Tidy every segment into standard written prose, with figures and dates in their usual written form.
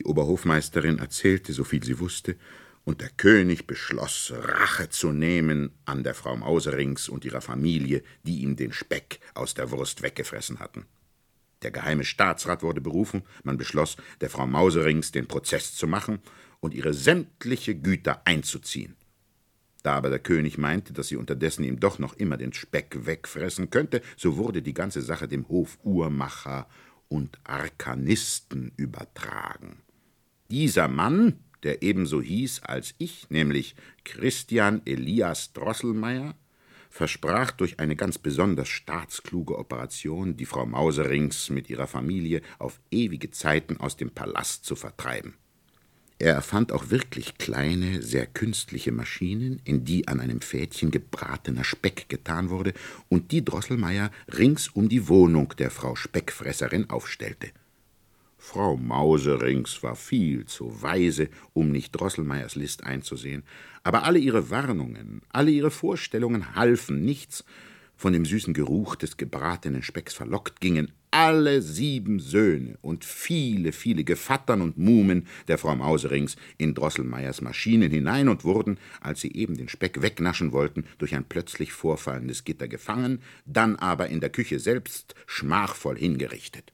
Oberhofmeisterin erzählte, so viel sie wusste, und der König beschloss, Rache zu nehmen an der Frau Mauserinks und ihrer Familie, die ihm den Speck aus der Wurst weggefressen hatten. Der geheime Staatsrat wurde berufen, man beschloss, der Frau Mauserinks den Prozess zu machen und ihre sämtliche Güter einzuziehen. Da aber der König meinte, dass sie unterdessen ihm doch noch immer den Speck wegfressen könnte, so wurde die ganze Sache dem Hofuhrmacher und Arkanisten übertragen. Dieser Mann, der ebenso hieß als ich, nämlich Christian Elias Drosselmayer, versprach durch eine ganz besonders staatskluge Operation, die Frau Mauserinks mit ihrer Familie auf ewige Zeiten aus dem Palast zu vertreiben. Er erfand auch wirklich kleine, sehr künstliche Maschinen, in die an einem Fädchen gebratener Speck getan wurde und die Drosselmayer rings um die Wohnung der Frau Speckfresserin aufstellte. Frau Mauserinks war viel zu weise, um nicht Drosselmeyers List einzusehen, aber alle ihre Warnungen, alle ihre Vorstellungen halfen nichts. Von dem süßen Geruch des gebratenen Specks verlockt, gingen alle 7 Söhne und viele, viele Gevattern und Muhmen der Frau Mauserinks in Drosselmeyers Maschinen hinein und wurden, als sie eben den Speck wegnaschen wollten, durch ein plötzlich vorfallendes Gitter gefangen, dann aber in der Küche selbst schmachvoll hingerichtet.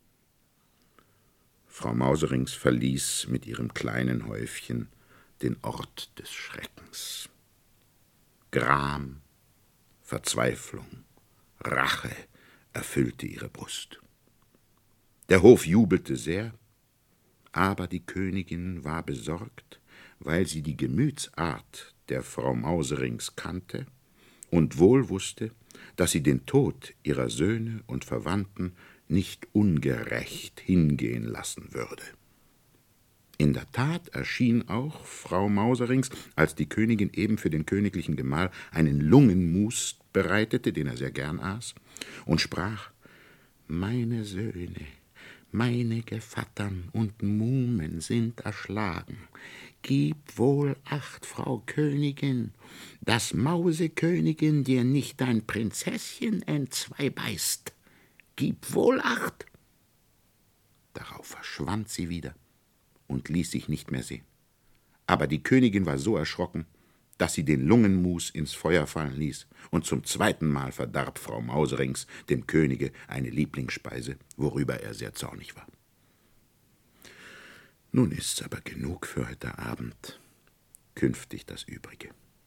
Frau Mauserinks verließ mit ihrem kleinen Häufchen den Ort des Schreckens. Gram, Verzweiflung, Rache erfüllte ihre Brust. Der Hof jubelte sehr, aber die Königin war besorgt, weil sie die Gemütsart der Frau Mauserinks kannte und wohl wusste, dass sie den Tod ihrer Söhne und Verwandten nicht ungerecht hingehen lassen würde. In der Tat erschien auch Frau Mauserinks, als die Königin eben für den königlichen Gemahl einen Lungenmus bereitete, den er sehr gern aß, und sprach: »Meine Söhne, meine Gevattern und Muhmen sind erschlagen. Gib wohl Acht, Frau Königin, dass Mausekönigin dir nicht dein Prinzesschen entzwei-beißt. Gib wohl Acht!« Darauf verschwand sie wieder und ließ sich nicht mehr sehen. Aber die Königin war so erschrocken, dass sie den Lungenmus ins Feuer fallen ließ, und zum 2. Mal verdarb Frau Mauserinks dem Könige eine Lieblingsspeise, worüber er sehr zornig war. Nun ist's aber genug für heute Abend, künftig das Übrige.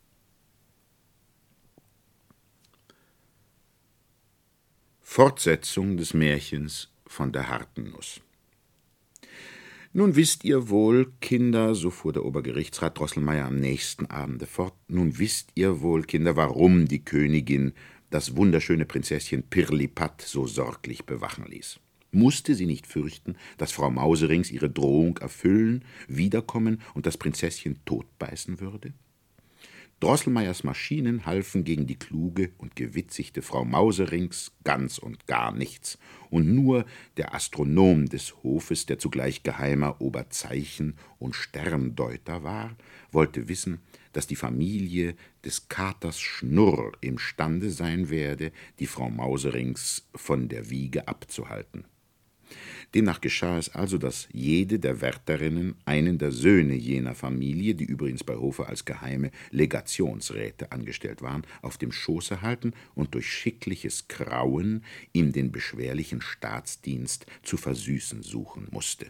Fortsetzung des Märchens von der harten Nuss. Nun wisst ihr wohl, Kinder, so fuhr der Obergerichtsrat Drosselmayer am nächsten Abende fort, nun wisst ihr wohl, Kinder, warum die Königin das wunderschöne Prinzesschen Pirlipat so sorglich bewachen ließ. Musste sie nicht fürchten, dass Frau Mauserinks ihre Drohung erfüllen, wiederkommen und das Prinzesschen totbeißen würde? Drosselmeyers Maschinen halfen gegen die kluge und gewitzigte Frau Mauserinks ganz und gar nichts, und nur der Astronom des Hofes, der zugleich geheimer Oberzeichen- und Sterndeuter war, wollte wissen, dass die Familie des Katers Schnurr imstande sein werde, die Frau Mauserinks von der Wiege abzuhalten. Demnach geschah es also, dass jede der Wärterinnen einen der Söhne jener Familie, die übrigens bei Hofe als geheime Legationsräte angestellt waren, auf dem Schoße halten und durch schickliches Krauen ihm den beschwerlichen Staatsdienst zu versüßen suchen musste.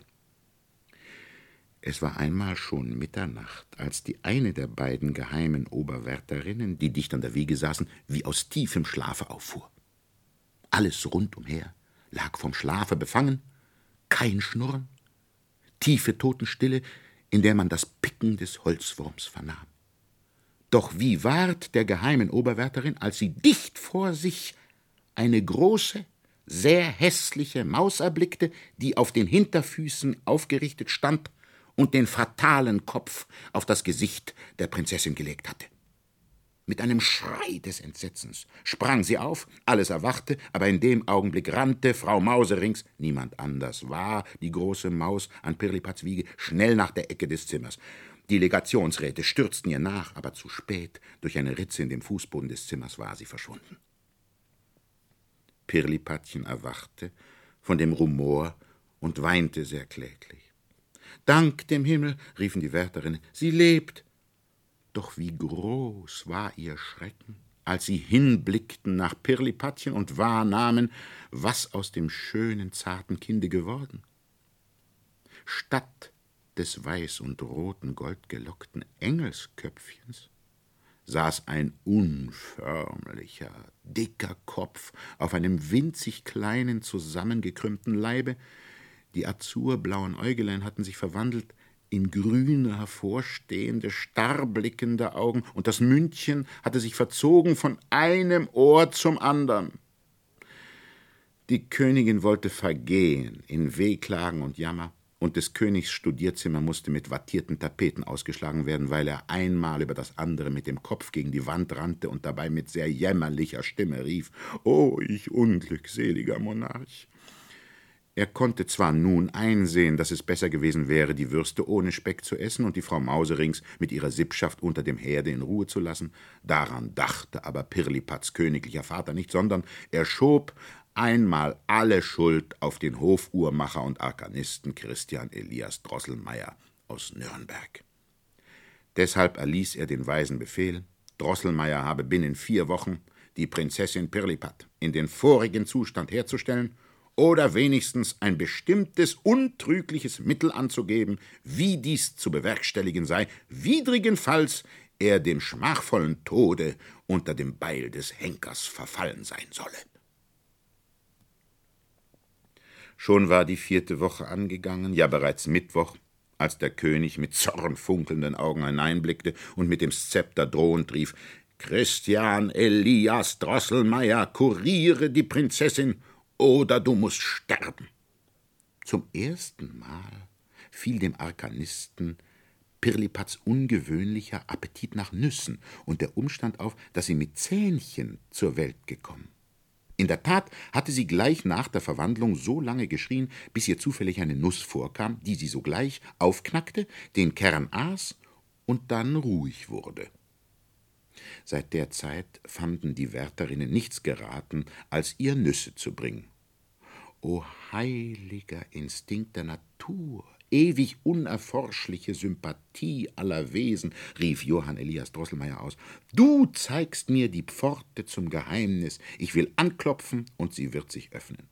Es war einmal schon Mitternacht, als die eine der beiden geheimen Oberwärterinnen, die dicht an der Wiege saßen, wie aus tiefem Schlafe auffuhr. Alles rundumher lag vom Schlafe befangen, kein Schnurren, tiefe Totenstille, in der man das Picken des Holzwurms vernahm. Doch wie ward der geheimen Oberwärterin, als sie dicht vor sich eine große, sehr hässliche Maus erblickte, die auf den Hinterfüßen aufgerichtet stand und den fatalen Kopf auf das Gesicht der Prinzessin gelegt hatte. Mit einem Schrei des Entsetzens sprang sie auf, alles erwachte, aber in dem Augenblick rannte Frau Mauserinks, niemand anders war die große Maus an Pirlipats Wiege, schnell nach der Ecke des Zimmers. Die Legationsräte stürzten ihr nach, aber zu spät. Durch eine Ritze in dem Fußboden des Zimmers war sie verschwunden. Pirlipatchen erwachte von dem Rumor und weinte sehr kläglich. Dank dem Himmel, riefen die Wärterinnen, sie lebt. Doch wie groß war ihr Schrecken, als sie hinblickten nach Pirlipatchen und wahrnahmen, was aus dem schönen, zarten Kinde geworden. Statt des weiß und roten, goldgelockten Engelsköpfchens saß ein unförmlicher, dicker Kopf auf einem winzig kleinen, zusammengekrümmten Leibe. Die azurblauen Äugelein hatten sich verwandelt in grüne, hervorstehende, starrblickende Augen, und das Mündchen hatte sich verzogen von einem Ohr zum andern. Die Königin wollte vergehen in Wehklagen und Jammer, und des Königs Studierzimmer musste mit wattierten Tapeten ausgeschlagen werden, weil er einmal über das andere mit dem Kopf gegen die Wand rannte und dabei mit sehr jämmerlicher Stimme rief: »O, ich unglückseliger Monarch!« Er konnte zwar nun einsehen, dass es besser gewesen wäre, die Würste ohne Speck zu essen und die Frau Mauserings mit ihrer Sippschaft unter dem Herde in Ruhe zu lassen, daran dachte aber Pirlipats königlicher Vater nicht, sondern er schob einmal alle Schuld auf den Hofuhrmacher und Arkanisten Christian Elias Drosselmayer aus Nürnberg. Deshalb erließ er den weisen Befehl, Drosselmayer habe binnen 4 Wochen die Prinzessin Pirlipat in den vorigen Zustand herzustellen oder wenigstens ein bestimmtes, untrügliches Mittel anzugeben, wie dies zu bewerkstelligen sei, widrigenfalls er dem schmachvollen Tode unter dem Beil des Henkers verfallen sein solle. Schon war die 4. Woche angegangen, ja bereits Mittwoch, als der König mit zornfunkelnden Augen hineinblickte und mit dem Szepter drohend rief: »Christian Elias Drosselmayer, kuriere die Prinzessin, oder du musst sterben!« Zum ersten Mal fiel dem Arkanisten Pirlipats ungewöhnlicher Appetit nach Nüssen und der Umstand auf, dass sie mit Zähnchen zur Welt gekommen. In der Tat hatte sie gleich nach der Verwandlung so lange geschrien, bis ihr zufällig eine Nuss vorkam, die sie sogleich aufknackte, den Kern aß und dann ruhig wurde. Seit der Zeit fanden die Wärterinnen nichts geraten, als ihr Nüsse zu bringen. O heiliger Instinkt der Natur, ewig unerforschliche Sympathie aller Wesen, rief Johann Elias Drosselmayer aus, du zeigst mir die Pforte zum Geheimnis, ich will anklopfen und sie wird sich öffnen.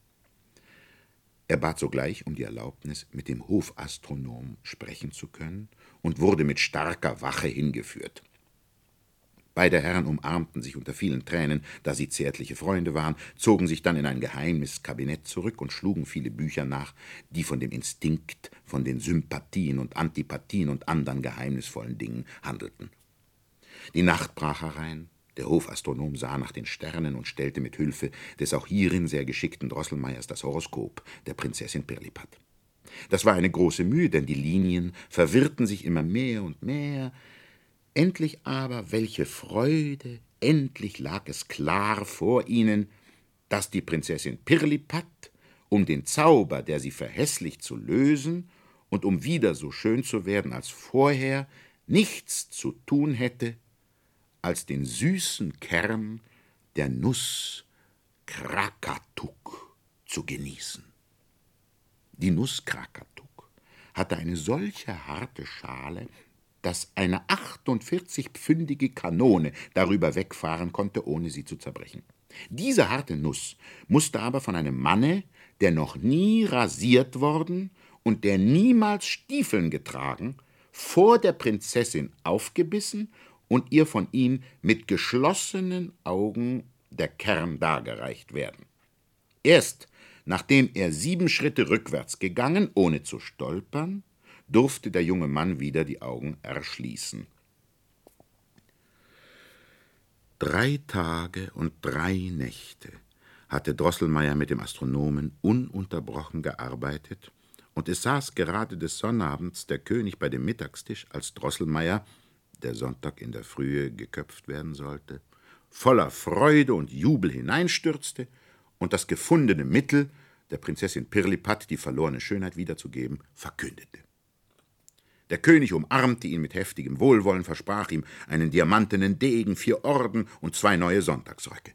Er bat sogleich um die Erlaubnis, mit dem Hofastronom sprechen zu können, und wurde mit starker Wache hingeführt. Beide Herren umarmten sich unter vielen Tränen, da sie zärtliche Freunde waren, zogen sich dann in ein geheimes Kabinett zurück und schlugen viele Bücher nach, die von dem Instinkt, von den Sympathien und Antipathien und anderen geheimnisvollen Dingen handelten. Die Nacht brach herein, der Hofastronom sah nach den Sternen und stellte mit Hilfe des auch hierin sehr geschickten Drosselmeyers das Horoskop der Prinzessin Pirlipat. Das war eine große Mühe, denn die Linien verwirrten sich immer mehr und mehr. Endlich aber, welche Freude, endlich lag es klar vor ihnen, dass die Prinzessin Pirlipat, um den Zauber, der sie verhässlicht, zu lösen und um wieder so schön zu werden als vorher, nichts zu tun hätte, als den süßen Kern der Nuss Krakatuk zu genießen. Die Nuss Krakatuk hatte eine solche harte Schale, dass eine 48-pfündige Kanone darüber wegfahren konnte, ohne sie zu zerbrechen. Diese harte Nuss musste aber von einem Manne, der noch nie rasiert worden und der niemals Stiefeln getragen, vor der Prinzessin aufgebissen und ihr von ihm mit geschlossenen Augen der Kern dargereicht werden. Erst nachdem er 7 Schritte rückwärts gegangen, ohne zu stolpern, durfte der junge Mann wieder die Augen erschließen. 3 Tage und 3 Nächte hatte Drosselmayer mit dem Astronomen ununterbrochen gearbeitet, und es saß gerade des Sonnabends der König bei dem Mittagstisch, als Drosselmayer, der Sonntag in der Frühe geköpft werden sollte, voller Freude und Jubel hineinstürzte und das gefundene Mittel, der Prinzessin Pirlipat die verlorene Schönheit wiederzugeben, verkündete. Der König umarmte ihn mit heftigem Wohlwollen, versprach ihm einen diamantenen Degen, 4 Orden und 2 neue Sonntagsröcke.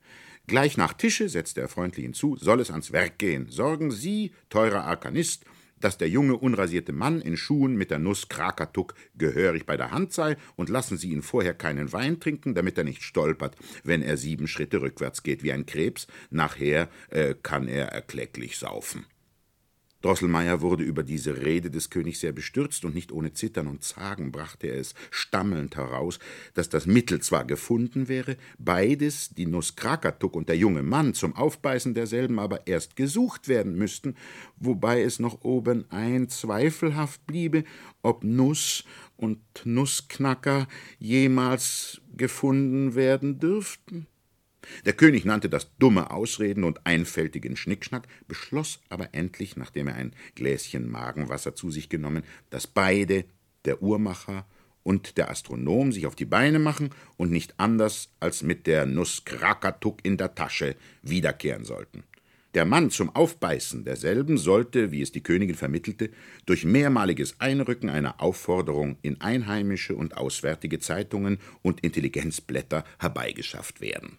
Gleich nach Tische setzte er freundlich hinzu, soll es ans Werk gehen. Sorgen Sie, teurer Arkanist, dass der junge, unrasierte Mann in Schuhen mit der Nuss Krakatuk gehörig bei der Hand sei, und lassen Sie ihn vorher keinen Wein trinken, damit er nicht stolpert, wenn er 7 Schritte rückwärts geht wie ein Krebs. Nachher kann er erklecklich saufen. Drosselmayer wurde über diese Rede des Königs sehr bestürzt, und nicht ohne Zittern und Zagen brachte er es stammelnd heraus, dass das Mittel zwar gefunden wäre, beides, die Nuss Krakatuk und der junge Mann, zum Aufbeißen derselben aber erst gesucht werden müssten, wobei es noch obenein zweifelhaft bliebe, ob Nuss und Nussknacker jemals gefunden werden dürften. Der König nannte das dumme Ausreden und einfältigen Schnickschnack, beschloss aber endlich, nachdem er ein Gläschen Magenwasser zu sich genommen, dass beide, der Uhrmacher und der Astronom, sich auf die Beine machen und nicht anders als mit der Nuss Krakatuk in der Tasche wiederkehren sollten. Der Mann zum Aufbeißen derselben sollte, wie es die Königin vermittelte, durch mehrmaliges Einrücken einer Aufforderung in einheimische und auswärtige Zeitungen und Intelligenzblätter herbeigeschafft werden.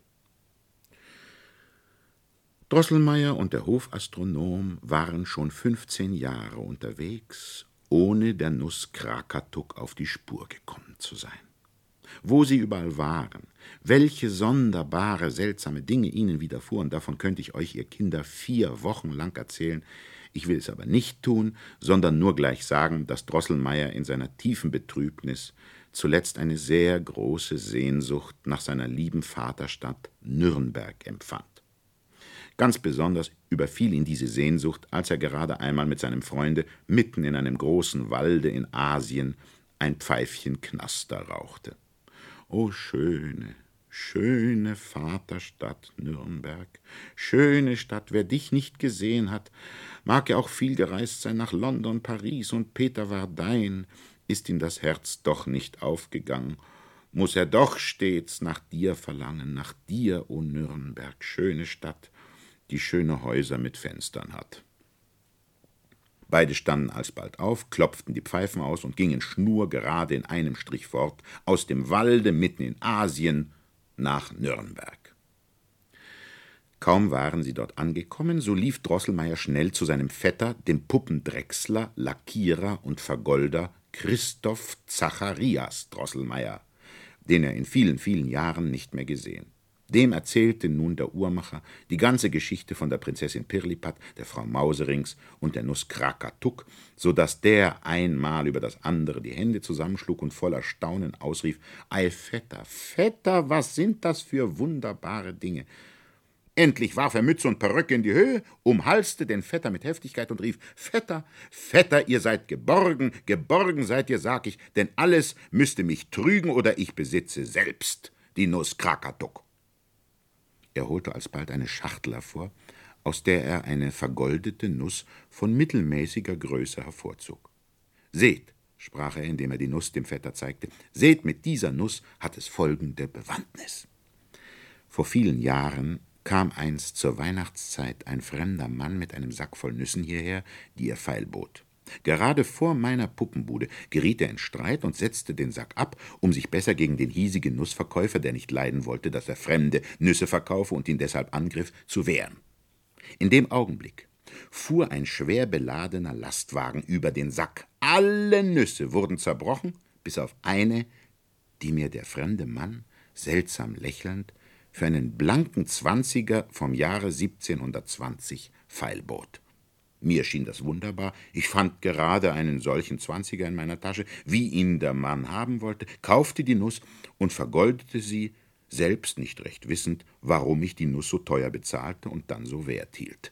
Drosselmayer und der Hofastronom waren schon 15 Jahre unterwegs, ohne der Nuss Krakatuk auf die Spur gekommen zu sein. Wo sie überall waren, welche sonderbare, seltsame Dinge ihnen widerfuhren, davon könnte ich euch, ihr Kinder, 4 Wochen lang erzählen. Ich will es aber nicht tun, sondern nur gleich sagen, dass Drosselmayer in seiner tiefen Betrübnis zuletzt eine sehr große Sehnsucht nach seiner lieben Vaterstadt Nürnberg empfand. Ganz besonders überfiel ihn diese Sehnsucht, als er gerade einmal mit seinem Freunde mitten in einem großen Walde in Asien ein Pfeifchen Knaster rauchte. O schöne, schöne Vaterstadt Nürnberg, schöne Stadt, wer dich nicht gesehen hat, mag er auch viel gereist sein nach London, Paris und Peterwardein, ist ihm das Herz doch nicht aufgegangen, muß er doch stets nach dir verlangen, nach dir, o Nürnberg, schöne Stadt, die schöne Häuser mit Fenstern hat. Beide standen alsbald auf, klopften die Pfeifen aus und gingen schnurgerade in einem Strich fort, aus dem Walde mitten in Asien nach Nürnberg. Kaum waren sie dort angekommen, so lief Drosselmayer schnell zu seinem Vetter, dem Puppendrechsler, Lackierer und Vergolder Christoph Zacharias Drosselmayer, den er in vielen, vielen Jahren nicht mehr gesehen. Dem erzählte nun der Uhrmacher die ganze Geschichte von der Prinzessin Pirlipat, der Frau Mauserings und der Nuss Krakatuk, so daß der einmal über das andere die Hände zusammenschlug und voller Staunen ausrief: »Ei, Vetter, Vetter, was sind das für wunderbare Dinge!« Endlich warf er Mütze und Perücke in die Höhe, umhalste den Vetter mit Heftigkeit und rief: »Vetter, Vetter, ihr seid geborgen, geborgen seid ihr, sag ich, denn alles müsste mich trügen, oder ich besitze selbst die Nuss Krakatuk.« Er holte alsbald eine Schachtel hervor, aus der er eine vergoldete Nuss von mittelmäßiger Größe hervorzog. »Seht«, sprach er, indem er die Nuss dem Vetter zeigte, »seht, mit dieser Nuss hat es folgende Bewandtnis. Vor vielen Jahren kam einst zur Weihnachtszeit ein fremder Mann mit einem Sack voll Nüssen hierher, die er feilbot. Gerade vor meiner Puppenbude geriet er in Streit und setzte den Sack ab, um sich besser gegen den hiesigen Nussverkäufer, der nicht leiden wollte, dass er Fremde Nüsse verkaufe und ihn deshalb angriff, zu wehren. In dem Augenblick fuhr ein schwer beladener Lastwagen über den Sack. Alle Nüsse wurden zerbrochen, bis auf eine, die mir der fremde Mann, seltsam lächelnd, für einen blanken 20er vom Jahre 1720 feilbot. Mir schien das wunderbar, ich fand gerade einen solchen 20er in meiner Tasche, wie ihn der Mann haben wollte, kaufte die Nuss und vergoldete sie, selbst nicht recht wissend, warum ich die Nuss so teuer bezahlte und dann so wert hielt.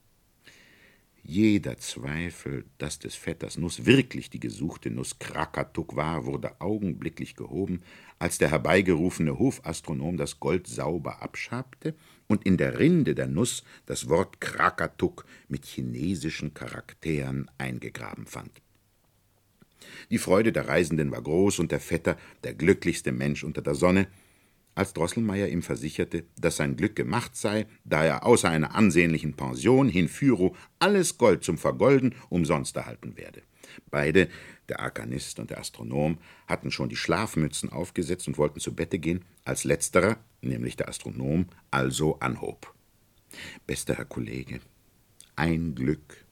Jeder Zweifel, dass des Vetters Nuss wirklich die gesuchte Nuss Krakatuk war, wurde augenblicklich gehoben, als der herbeigerufene Hofastronom das Gold sauber abschabte und in der Rinde der Nuss das Wort Krakatuk mit chinesischen Charakteren eingegraben fand. Die Freude der Reisenden war groß und der Vetter, der glücklichste Mensch unter der Sonne, als Drosselmayer ihm versicherte, dass sein Glück gemacht sei, da er außer einer ansehnlichen Pension hinführo alles Gold zum Vergolden umsonst erhalten werde. Beide, der Arkanist und der Astronom, hatten schon die Schlafmützen aufgesetzt und wollten zu Bette gehen, als letzterer, nämlich der Astronom, also anhob. »Bester Herr Kollege, ein Glück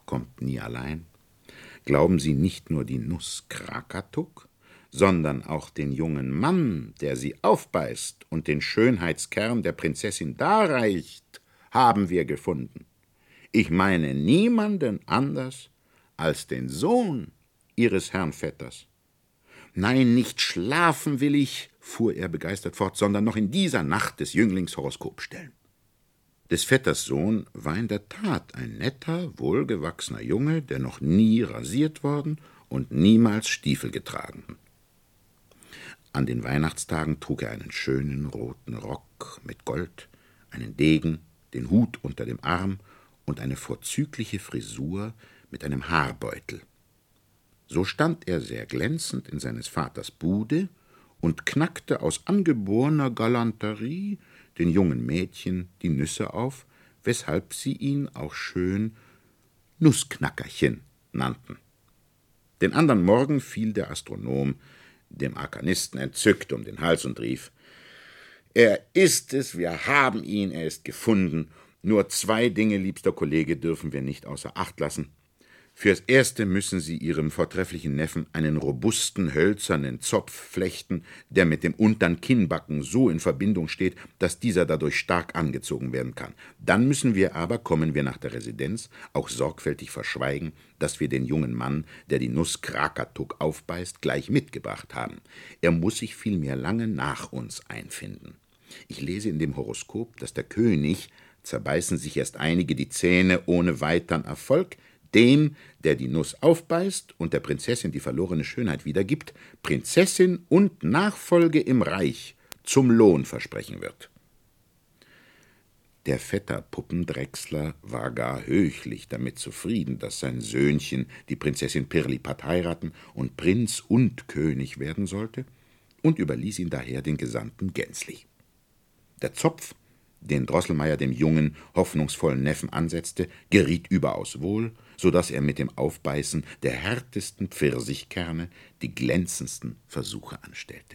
kommt nie allein. Glauben Sie nicht nur die Nuss Krakatuk, sondern auch den jungen Mann, der sie aufbeißt und den Schönheitskern der Prinzessin darreicht, haben wir gefunden. Ich meine niemanden anders als den Sohn Ihres Herrn Vetters. Nein, nicht schlafen will ich, fuhr er begeistert fort, sondern noch in dieser Nacht des Jünglings Horoskop stellen. Des Vetters Sohn war in der Tat ein netter, wohlgewachsener Junge, der noch nie rasiert worden und niemals Stiefel getragen. An den Weihnachtstagen trug er einen schönen roten Rock mit Gold, einen Degen, den Hut unter dem Arm und eine vorzügliche Frisur mit einem Haarbeutel. So stand er sehr glänzend in seines Vaters Bude und knackte aus angeborener Galanterie den jungen Mädchen die Nüsse auf, weshalb sie ihn auch schön Nussknackerchen nannten. Den andern Morgen fiel der Astronom dem Arkanisten entzückt um den Hals und rief: »Er ist es, wir haben ihn, er ist gefunden. Nur 2 Dinge, liebster Kollege, dürfen wir nicht außer Acht lassen. Fürs Erste müssen Sie Ihrem vortrefflichen Neffen einen robusten, hölzernen Zopf flechten, der mit dem untern Kinnbacken so in Verbindung steht, dass dieser dadurch stark angezogen werden kann. Dann müssen wir aber, kommen wir nach der Residenz, auch sorgfältig verschweigen, dass wir den jungen Mann, der die Nuss Krakatuk aufbeißt, gleich mitgebracht haben. Er muss sich vielmehr lange nach uns einfinden. Ich lese in dem Horoskop, dass der König, zerbeißen sich erst einige die Zähne ohne weitern Erfolg, dem, der die Nuss aufbeißt und der Prinzessin die verlorene Schönheit wiedergibt, Prinzessin und Nachfolge im Reich zum Lohn versprechen wird.« Der Vetter Puppendrechsler war gar höchlich damit zufrieden, dass sein Söhnchen die Prinzessin Pirlipat heiraten und Prinz und König werden sollte, und überließ ihn daher den Gesandten gänzlich. Der Zopf, den Drosselmeier dem jungen, hoffnungsvollen Neffen ansetzte, geriet überaus wohl, so daß er mit dem Aufbeißen der härtesten Pfirsichkerne die glänzendsten Versuche anstellte.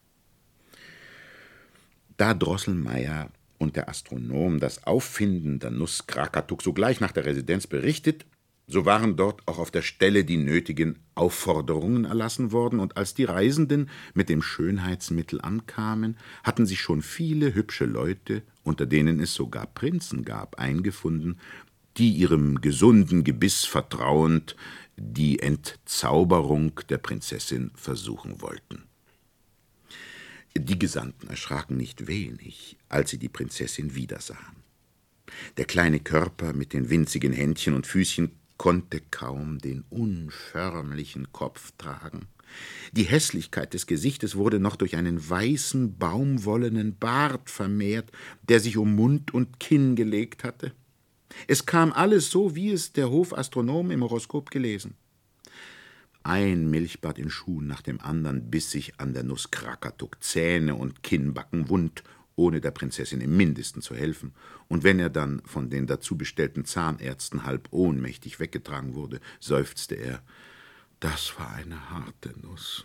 Da Drosselmeier und der Astronom das Auffinden der Nuss Krakatuk sogleich nach der Residenz berichtet, so waren dort auch auf der Stelle die nötigen Aufforderungen erlassen worden, und als die Reisenden mit dem Schönheitsmittel ankamen, hatten sich schon viele hübsche Leute, unter denen es sogar Prinzen gab, eingefunden, die ihrem gesunden Gebiss vertrauend die Entzauberung der Prinzessin versuchen wollten. Die Gesandten erschraken nicht wenig, als sie die Prinzessin wiedersahen. Der kleine Körper mit den winzigen Händchen und Füßchen konnte kaum den unförmlichen Kopf tragen. Die Hässlichkeit des Gesichtes wurde noch durch einen weißen, baumwollenen Bart vermehrt, der sich um Mund und Kinn gelegt hatte. Es kam alles so, wie es der Hofastronom im Horoskop gelesen. Ein Milchbart in Schuhen nach dem anderen biss sich an der Nuss Krakatuk Zähne und Kinnbacken wund, ohne der Prinzessin im Mindesten zu helfen, und wenn er dann von den dazu bestellten Zahnärzten halb ohnmächtig weggetragen wurde, seufzte er: »Das war eine harte Nuss.«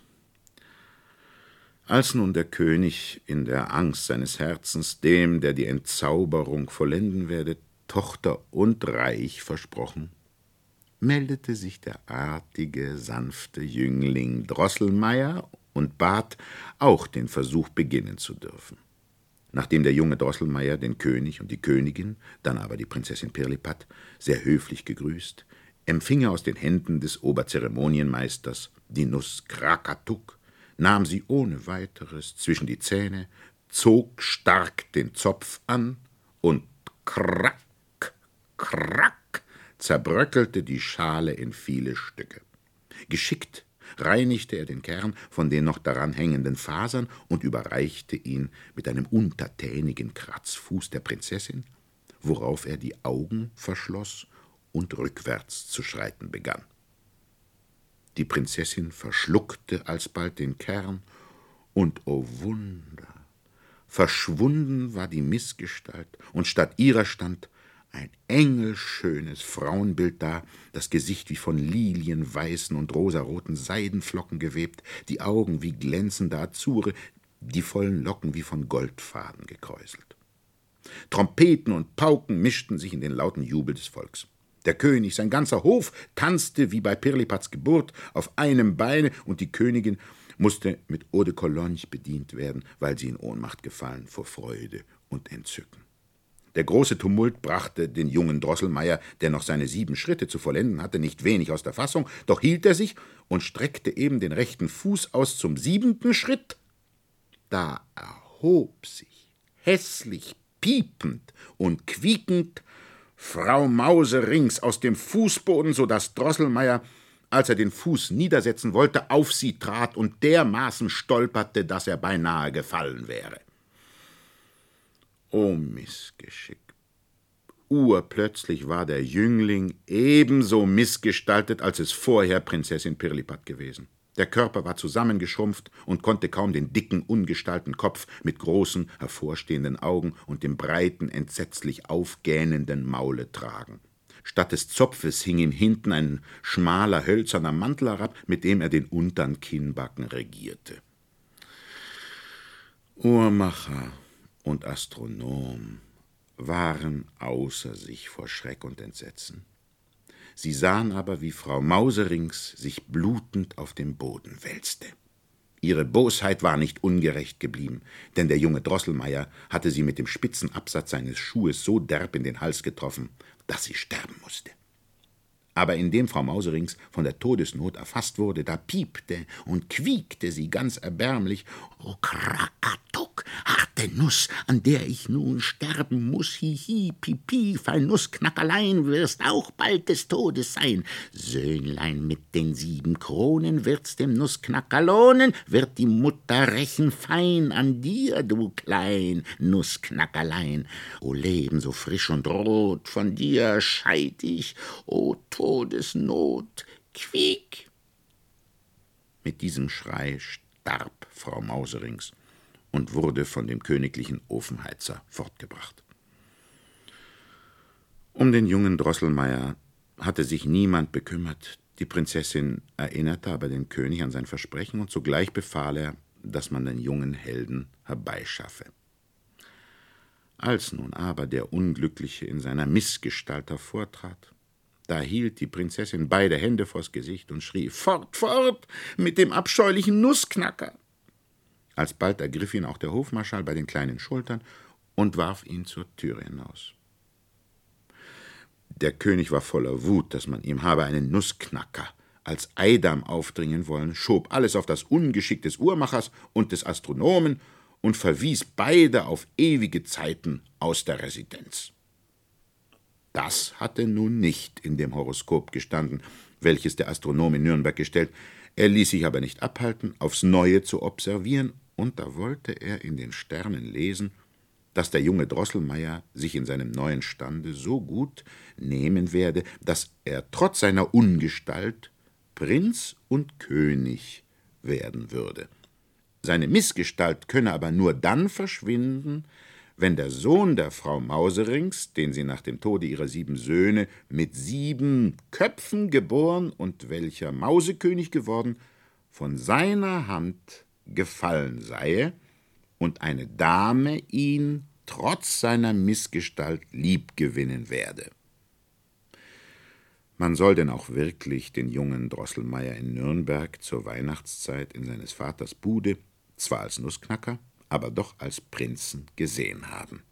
Als nun der König in der Angst seines Herzens dem, der die Entzauberung vollenden werde, Tochter und Reich versprochen, meldete sich der artige, sanfte Jüngling Drosselmeier und bat, auch den Versuch beginnen zu dürfen. Nachdem der junge Drosselmeier den König und die Königin, dann aber die Prinzessin Pirlipat, sehr höflich gegrüßt, empfing er aus den Händen des Oberzeremonienmeisters die Nuss Krakatuk, nahm sie ohne weiteres zwischen die Zähne, zog stark den Zopf an und krack, krack, zerbröckelte die Schale in viele Stücke. Geschickt reinigte er den Kern von den noch daran hängenden Fasern und überreichte ihn mit einem untertänigen Kratzfuß der Prinzessin, worauf er die Augen verschloss und rückwärts zu schreiten begann. Die Prinzessin verschluckte alsbald den Kern, und o Wunder, verschwunden war die Missgestalt, und statt ihrer stand ein engelschönes Frauenbild da, das Gesicht wie von lilienweißen und rosaroten Seidenflocken gewebt, die Augen wie glänzende Azure, die vollen Locken wie von Goldfaden gekräuselt. Trompeten und Pauken mischten sich in den lauten Jubel des Volks. Der König, sein ganzer Hof, tanzte wie bei Pirlipats Geburt auf einem Beine, und die Königin musste mit Eau de Cologne bedient werden, weil sie in Ohnmacht gefallen vor Freude und Entzücken. Der große Tumult brachte den jungen Drosselmeier, der noch seine 7 Schritte zu vollenden hatte, nicht wenig aus der Fassung, doch hielt er sich und streckte eben den rechten Fuß aus zum 7. Schritt. Da erhob sich, hässlich, piepend und quiekend, Frau Mauserinks aus dem Fußboden, so daß Drosselmeier, als er den Fuß niedersetzen wollte, auf sie trat und dermaßen stolperte, dass er beinahe gefallen wäre. O Missgeschick! Urplötzlich war der Jüngling ebenso missgestaltet, als es vorher Prinzessin Pirlipat gewesen. Der Körper war zusammengeschrumpft und konnte kaum den dicken, ungestalten Kopf mit großen, hervorstehenden Augen und dem breiten, entsetzlich aufgähnenden Maule tragen. Statt des Zopfes hing ihm hinten ein schmaler, hölzerner Mantel herab, mit dem er den untern Kinnbacken regierte. Uhrmacher und Astronom waren außer sich vor Schreck und Entsetzen. Sie sahen aber, wie Frau Mauserinks sich blutend auf dem Boden wälzte. Ihre Bosheit war nicht ungerecht geblieben, denn der junge Drosselmeier hatte sie mit dem spitzen Absatz seines Schuhes so derb in den Hals getroffen, dass sie sterben musste. Aber indem Frau Mauserinks von der Todesnot erfasst wurde, da piepte und quiekte sie ganz erbärmlich: »O Krakatuk, harte Nuss, an der ich nun sterben muß, hihi, pipi, fein Nussknackerlein, wirst auch bald des Todes sein. Söhnlein mit den 7 Kronen wird's dem Nussknacker lohnen, wird die Mutter rächen fein an dir, du klein Nussknackerlein. O Leben so frisch und rot, von dir scheid ich, o Todesnot, quiek!« Mit diesem Schrei starb Frau Mauserinks und wurde von dem königlichen Ofenheizer fortgebracht. Um den jungen Drosselmeier hatte sich niemand bekümmert. Die Prinzessin erinnerte aber den König an sein Versprechen, und sogleich befahl er, dass man den jungen Helden herbeischaffe. Als nun aber der Unglückliche in seiner Missgestalt hervortrat, da hielt die Prinzessin beide Hände vors Gesicht und schrie: »Fort, fort mit dem abscheulichen Nussknacker!« Alsbald ergriff ihn auch der Hofmarschall bei den kleinen Schultern und warf ihn zur Türe hinaus. Der König war voller Wut, dass man ihm habe einen Nussknacker als Eidam aufdringen wollen, schob alles auf das Ungeschick des Uhrmachers und des Astronomen und verwies beide auf ewige Zeiten aus der Residenz. Das hatte nun nicht in dem Horoskop gestanden, welches der Astronom in Nürnberg gestellt. Er ließ sich aber nicht abhalten, aufs Neue zu observieren, und da wollte er in den Sternen lesen, dass der junge Drosselmeier sich in seinem neuen Stande so gut nehmen werde, dass er trotz seiner Ungestalt Prinz und König werden würde. Seine Missgestalt könne aber nur dann verschwinden, wenn der Sohn der Frau Mauserinks, den sie nach dem Tode ihrer 7 Söhne mit 7 Köpfen geboren und welcher Mausekönig geworden, von seiner Hand gefallen sei und eine Dame ihn trotz seiner Missgestalt liebgewinnen werde. Man soll denn auch wirklich den jungen Drosselmeier in Nürnberg zur Weihnachtszeit in seines Vaters Bude, zwar als Nussknacker, aber doch als Prinzen gesehen haben.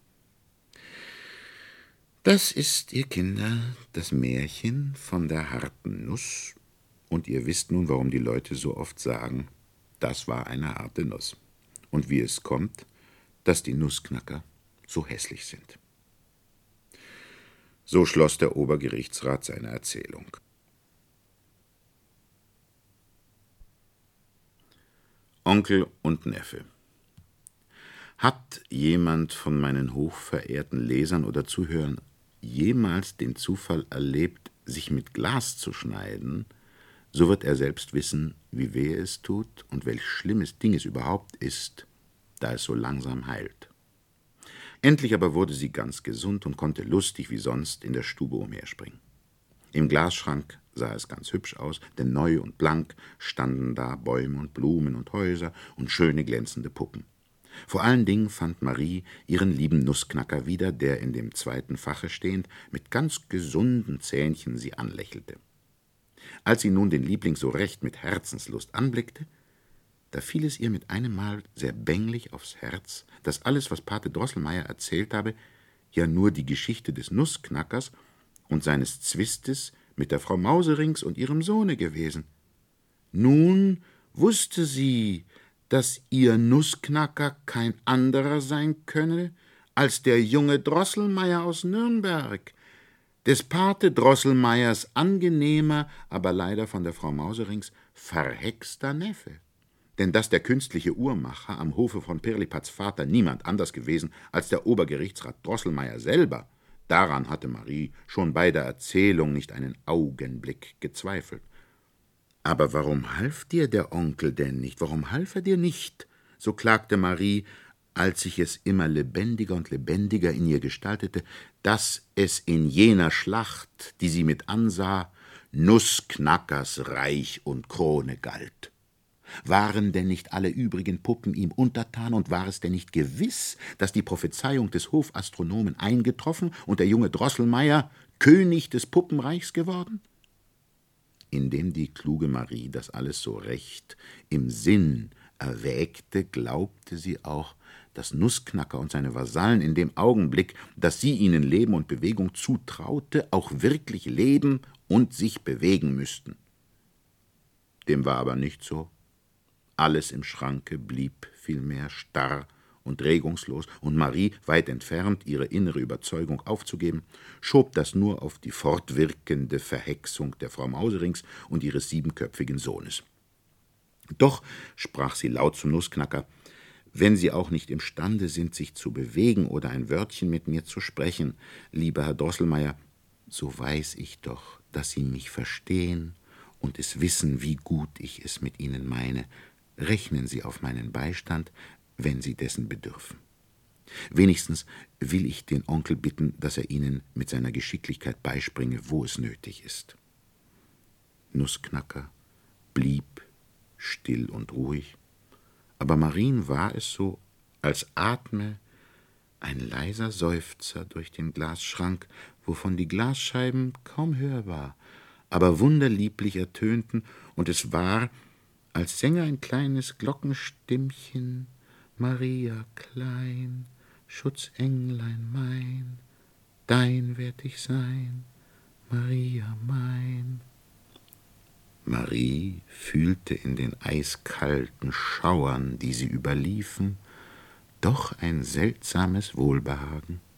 Das ist, ihr Kinder, das Märchen von der harten Nuss, und ihr wisst nun, warum die Leute so oft sagen, das war eine harte Nuss, und wie es kommt, dass die Nussknacker so hässlich sind. So schloss der Obergerichtsrat seine Erzählung. Onkel und Neffe. Hat jemand von meinen hochverehrten Lesern oder Zuhörern jemals den Zufall erlebt, sich mit Glas zu schneiden, so wird er selbst wissen, wie weh es tut und welch schlimmes Ding es überhaupt ist, da es so langsam heilt. Endlich aber wurde sie ganz gesund und konnte lustig wie sonst in der Stube umherspringen. Im Glasschrank sah es ganz hübsch aus, denn neu und blank standen da Bäume und Blumen und Häuser und schöne glänzende Puppen. Vor allen Dingen fand Marie ihren lieben Nussknacker wieder, der in dem zweiten Fache stehend mit ganz gesunden Zähnchen sie anlächelte. Als sie nun den Liebling so recht mit Herzenslust anblickte, da fiel es ihr mit einem Mal sehr bänglich aufs Herz, dass alles, was Pate Drosselmeier erzählt habe, ja nur die Geschichte des Nussknackers und seines Zwistes mit der Frau Mauserings und ihrem Sohne gewesen. Nun wusste sie, dass ihr Nussknacker kein anderer sein könne als der junge Drosselmeier aus Nürnberg, des Pate Drosselmeiers angenehmer, aber leider von der Frau Mauserings verhexter Neffe. Denn dass der künstliche Uhrmacher am Hofe von Pirlipats Vater niemand anders gewesen als der Obergerichtsrat Drosselmeier selber, daran hatte Marie schon bei der Erzählung nicht einen Augenblick gezweifelt. »Aber warum half dir der Onkel denn nicht? Warum half er dir nicht?« so klagte Marie, als sich es immer lebendiger und lebendiger in ihr gestaltete, dass es in jener Schlacht, die sie mit ansah, Nussknackers Reich und Krone galt. Waren denn nicht alle übrigen Puppen ihm untertan, und war es denn nicht gewiss, dass die Prophezeiung des Hofastronomen eingetroffen und der junge Drosselmeier König des Puppenreichs geworden? Indem die kluge Marie das alles so recht im Sinn erwägte, glaubte sie auch, dass Nussknacker und seine Vasallen in dem Augenblick, dass sie ihnen Leben und Bewegung zutraute, auch wirklich leben und sich bewegen müssten. Dem war aber nicht so. Alles im Schranke blieb vielmehr starr und regungslos, und Marie, weit entfernt, ihre innere Überzeugung aufzugeben, schob das nur auf die fortwirkende Verhexung der Frau Mauserings und ihres 7köpfigen Sohnes. »Doch«, sprach sie laut zum Nussknacker, »wenn Sie auch nicht imstande sind, sich zu bewegen oder ein Wörtchen mit mir zu sprechen, lieber Herr Drosselmeier, so weiß ich doch, dass Sie mich verstehen und es wissen, wie gut ich es mit Ihnen meine. Rechnen Sie auf meinen Beistand, wenn Sie dessen bedürfen. Wenigstens will ich den Onkel bitten, dass er Ihnen mit seiner Geschicklichkeit beispringe, wo es nötig ist.« Nussknacker blieb still und ruhig, aber Marien war es so, als atme ein leiser Seufzer durch den Glasschrank, wovon die Glasscheiben kaum hörbar, aber wunderlieblich ertönten, und es war, als sänge ein kleines Glockenstimmchen: »Maria klein, Schutzenglein mein, dein werd ich sein, Maria mein.« Marie fühlte in den eiskalten Schauern, die sie überliefen, doch ein seltsames Wohlbehagen.